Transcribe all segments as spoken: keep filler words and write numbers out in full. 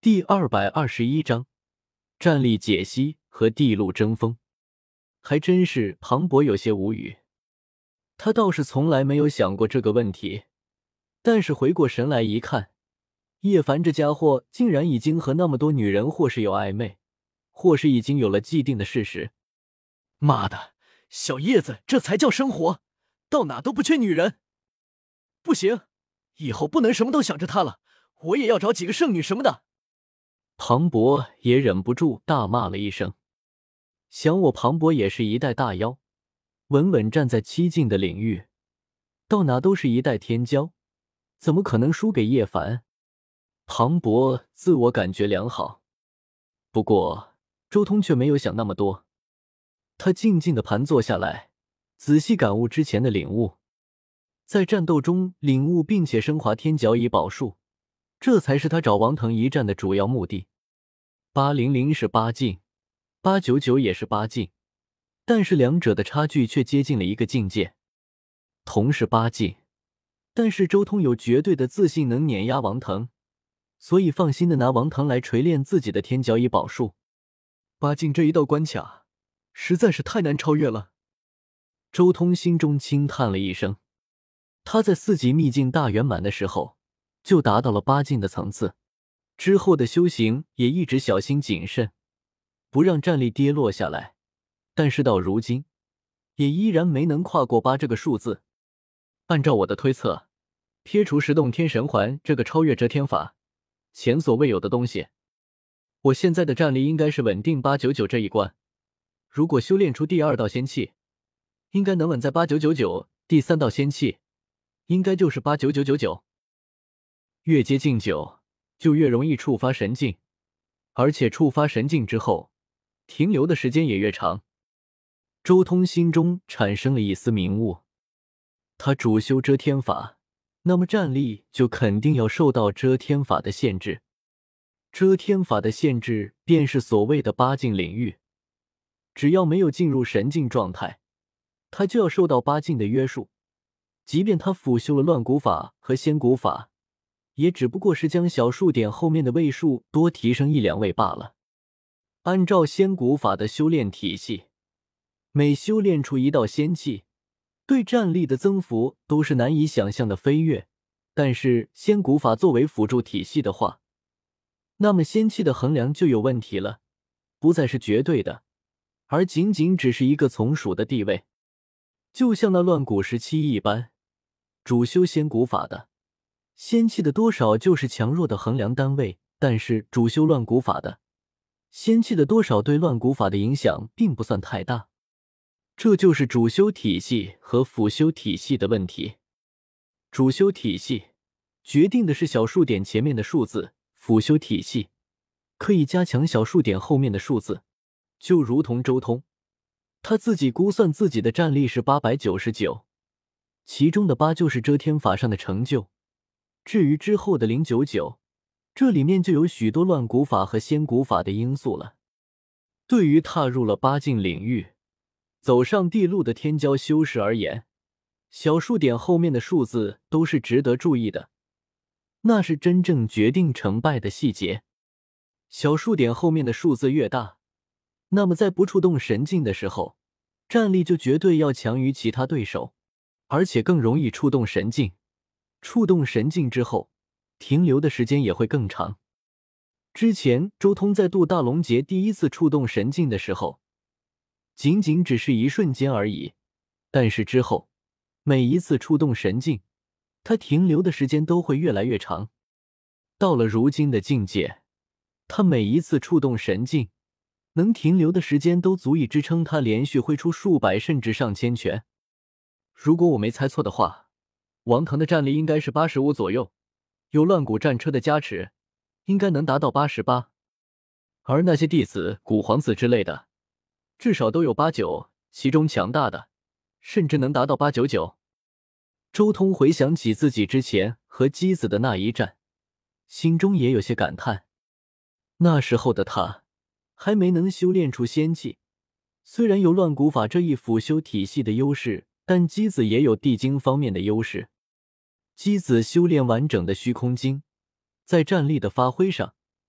第二百二十一章战力解析和地路争锋。还真是庞博有些无语，他倒是从来没有想过这个问题，但是回过神来一看，叶凡这家伙竟然已经和那么多女人或是有暧昧，或是已经有了既定的事实。 妈的，小叶子这才叫生活，到哪都不缺女人。不行，以后不能什么都想着她了，我也要找几个剩女什么的。 庞博也忍不住大骂了一声。想我庞博也是一代大妖，稳稳站在七境的领域，到哪都是一代天骄，怎么可能输给叶凡？庞博自我感觉良好，不过周通却没有想那么多。他静静地盘坐下来，仔细感悟之前的领悟，在战斗中领悟并且升华天角以宝术，这才是他找王腾一战的主要目的。八零零是八境，八九九也是八境，但是两者的差距却接近了一个境界。同是八境，但是周通有绝对的自信能碾压王腾，所以放心的拿王腾来锤炼自己的天角以宝术。 八境这一道关卡实在是太难超越了。 周通心中轻叹了一声，他在四级秘境大圆满的时候就达到了八境的层次，之后的修行也一直小心谨慎，不让战力跌落下来，但是到如今也依然没能跨过八这个数字。按照我的推测，撇除十洞天神环这个超越遮天法前所未有的东西，我现在的战力应该是稳定八九九这一关。如果修炼出第二道仙气，应该能稳在八九九九，第三道仙气应该就是八九九九九。越接近九就越容易触发神境，而且触发神境之后停留的时间也越长。周通心中产生了一丝明悟，他主修遮天法，那么战力就肯定要受到遮天法的限制。遮天法的限制便是所谓的八境领域，只要没有进入神境状态，他就要受到八境的约束。即便他辅修了乱古法和仙古法，也只不过是将小数点后面的位数多提升一两位罢了。按照仙古法的修炼体系，每修炼出一道仙气，对战力的增幅都是难以想象的飞跃。但是仙古法作为辅助体系的话，那么仙气的衡量就有问题了，不再是绝对的，而仅仅只是一个从属的地位。就像那乱古时期一般，主修仙古法的仙气的多少就是强弱的衡量单位，但是主修乱古法的仙气的多少对乱古法的影响并不算太大。这就是主修体系和辅修体系的问题。主修体系决定的是小数点前面的数字，辅修体系可以加强小数点后面的数字。就如同周通，他自己估算自己的战力是八百九十九，其中的八就是遮天法上的成就，至于之后的零九九，这里面就有许多乱古法和仙古法的因素了。对于踏入了八境领域，走上地路的天骄修士而言，小数点后面的数字都是值得注意的，那是真正决定成败的细节。小数点后面的数字越大，那么在不触动神境的时候，战力就绝对要强于其他对手，而且更容易触动神境。触动神境之后，停留的时间也会更长。之前周通在渡大龙劫第一次触动神境的时候，仅仅只是一瞬间而已，但是之后每一次触动神境，他停留的时间都会越来越长。到了如今的境界，他每一次触动神境能停留的时间都足以支撑他连续挥出数百甚至上千拳。如果我没猜错的话，王腾的战力应该是八十五左右，有乱古战车的加持，应该能达到八十八。而那些弟子、古皇子之类的，至少都有八九，其中强大的甚至能达到八九九。周通回想起自己之前和姬子的那一战，心中也有些感叹。那时候的他还没能修炼出仙气，虽然有乱古法这一辅修体系的优势，但姬子也有地经方面的优势。姬子修炼完整的虚空经，在战力的发挥上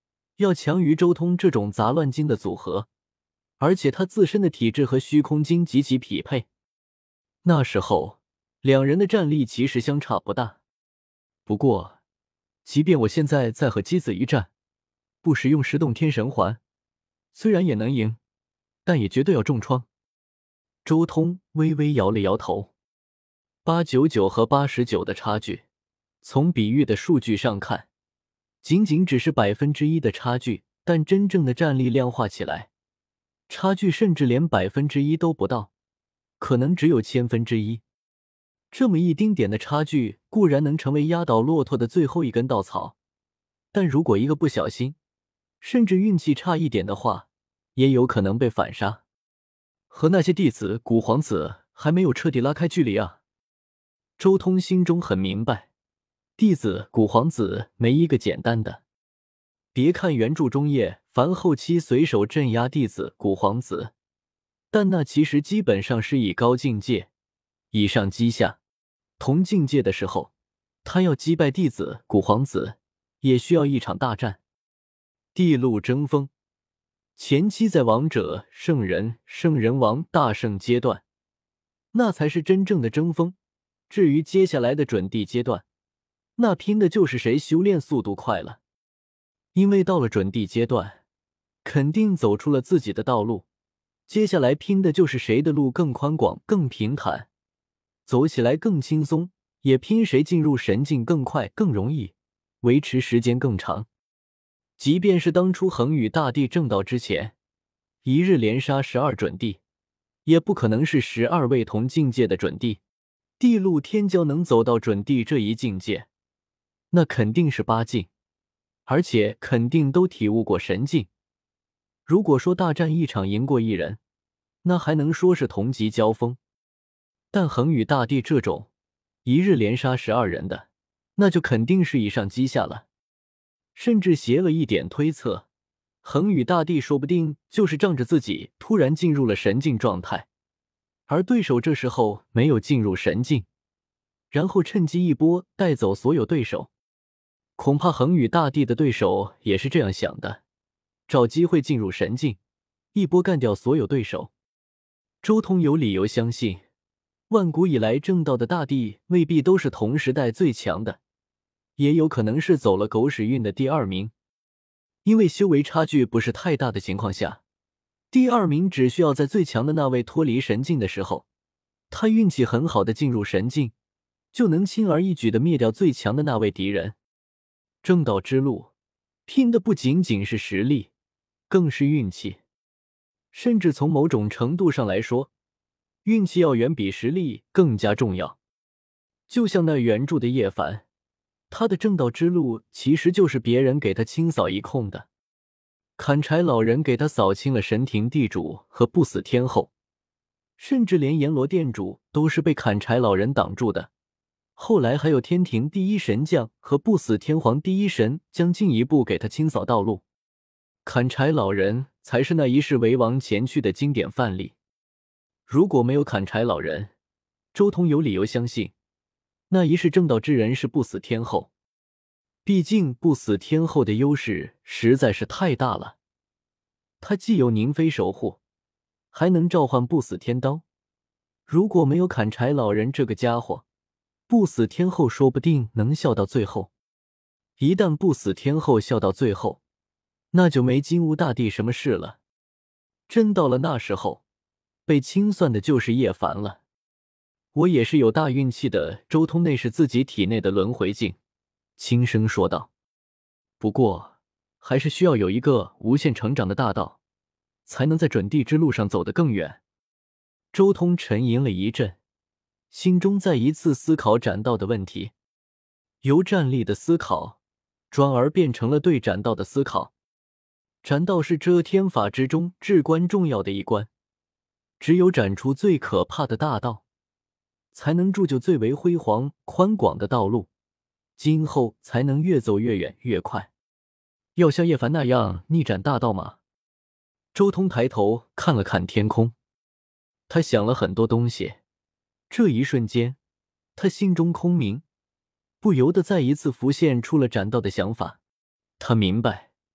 要强于周通这种杂乱经的组合，而且他自身的体质和虚空经极其匹配。那时候两人的战力其实相差不大，不过即便我现在在和姬子一战，不时用失动天神环，虽然也能赢，但也绝对要重创。周通微微摇了摇头，八九九和八十九的差距，从比喻的数据上看，仅仅只是百分之一的差距，但真正的战力量化起来，差距甚至连百分之一都不到，可能只有千分之一。这么一丁点的差距固然能成为压倒骆驼的最后一根稻草，但如果一个不小心，甚至运气差一点的话，也有可能被反杀。和那些弟子古皇子还没有彻底拉开距离啊。周通心中很明白，弟子古皇子没一个简单的。别看原著中叶凡后期随手镇压弟子古皇子，但那其实基本上是以高境界以上击下同境界的时候，他要击败弟子古皇子也需要一场大战。地路争锋前期在王者、圣人、圣人王大胜阶段，那才是真正的争锋。至于接下来的准地阶段，那拼的就是谁修炼速度快了。因为到了准地阶段，肯定走出了自己的道路，接下来拼的就是谁的路更宽广、更平坦，走起来更轻松，也拼谁进入神境更快、更容易，维持时间更长。即便是当初恒宇大帝正道之前，一日连杀十二准地，也不可能是十二位同境界的准地。地路天骄能走到准地这一境界，那肯定是八境，而且肯定都体悟过神境。如果说大战一场赢过一人，那还能说是同级交锋。但恒宇大帝这种一日连杀十二人的，那就肯定是以上击下了。甚至邪恶一点推测，恒宇大帝说不定就是仗着自己突然进入了神境状态，而对手这时候没有进入神境，然后趁机一波带走所有对手。恐怕恒宇大帝的对手也是这样想的，找机会进入神境，一波干掉所有对手。周通有理由相信，万古以来正道的大帝未必都是同时代最强的，也有可能是走了狗屎运的第二名。因为修为差距不是太大的情况下，第二名只需要在最强的那位脱离神境的时候，他运气很好的进入神境，就能轻而易举的灭掉最强的那位敌人。正道之路拼的不仅仅是实力，更是运气。甚至从某种程度上来说，运气要远比实力更加重要。就像那原著的叶凡，他的正道之路其实就是别人给他清扫一空的。砍柴老人给他扫清了神庭地主和不死天后，甚至连阎罗殿主都是被砍柴老人挡住的。后来还有天庭第一神将和不死天皇第一神将进一步给他清扫道路。砍柴老人才是那一世为王前去的经典范例。如果没有砍柴老人，周通有理由相信那一世正道之人是不死天后。毕竟不死天后的优势实在是太大了，他既有宁妃守护，还能召唤不死天刀。如果没有砍柴老人这个家伙，不死天后说不定能笑到最后。一旦不死天后笑到最后，那就没金乌大帝什么事了。真到了那时候，被清算的就是叶凡了。我也是有大运气的。周通内视自己体内的轮回镜，轻声说道。不过还是需要有一个无限成长的大道，才能在准地之路上走得更远。周通沉吟了一阵，心中再一次思考斩道的问题，由战力的思考转而变成了对斩道的思考。斩道是遮天法之中至关重要的一关，只有斩出最可怕的大道，才能铸就最为辉煌宽广的道路，今后才能越走越远越快。要像叶凡那样逆斩大道吗？周通抬头看了看天空，他想了很多东西。这一瞬间，他心中空明，不由得再一次浮现出了斩道的想法。他明白，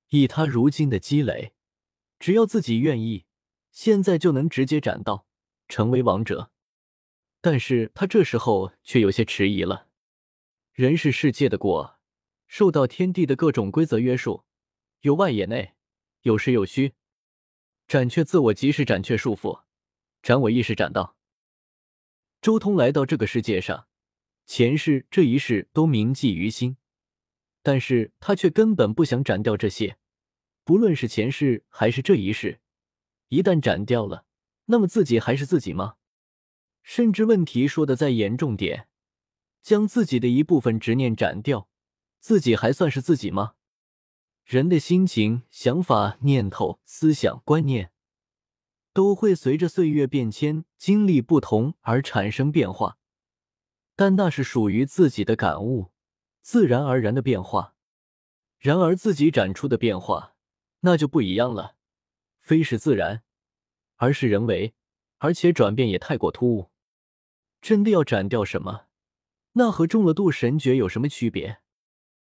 以他如今的积累，只要自己愿意，现在就能直接斩道，成为王者。但是他这时候却有些迟疑了。人是世界的果，受到天地的各种规则约束，有外也内，有实有虚。斩却自我即是斩却束缚，斩我亦是斩道。周通来到这个世界上，前世这一世都铭记于心，但是他却根本不想斩掉这些，不论是前世还是这一世，一旦斩掉了，那么自己还是自己吗？甚至问题说的再严重点，将自己的一部分执念斩掉，自己还算是自己吗？人的心情、想法、念头、思想、观念都会随着岁月变迁、经历不同而产生变化，但那是属于自己的感悟，自然而然的变化。然而自己展出的变化，那就不一样了，非是自然，而是人为，而且转变也太过突兀。真的要斩掉什么，那和中了度神诀有什么区别？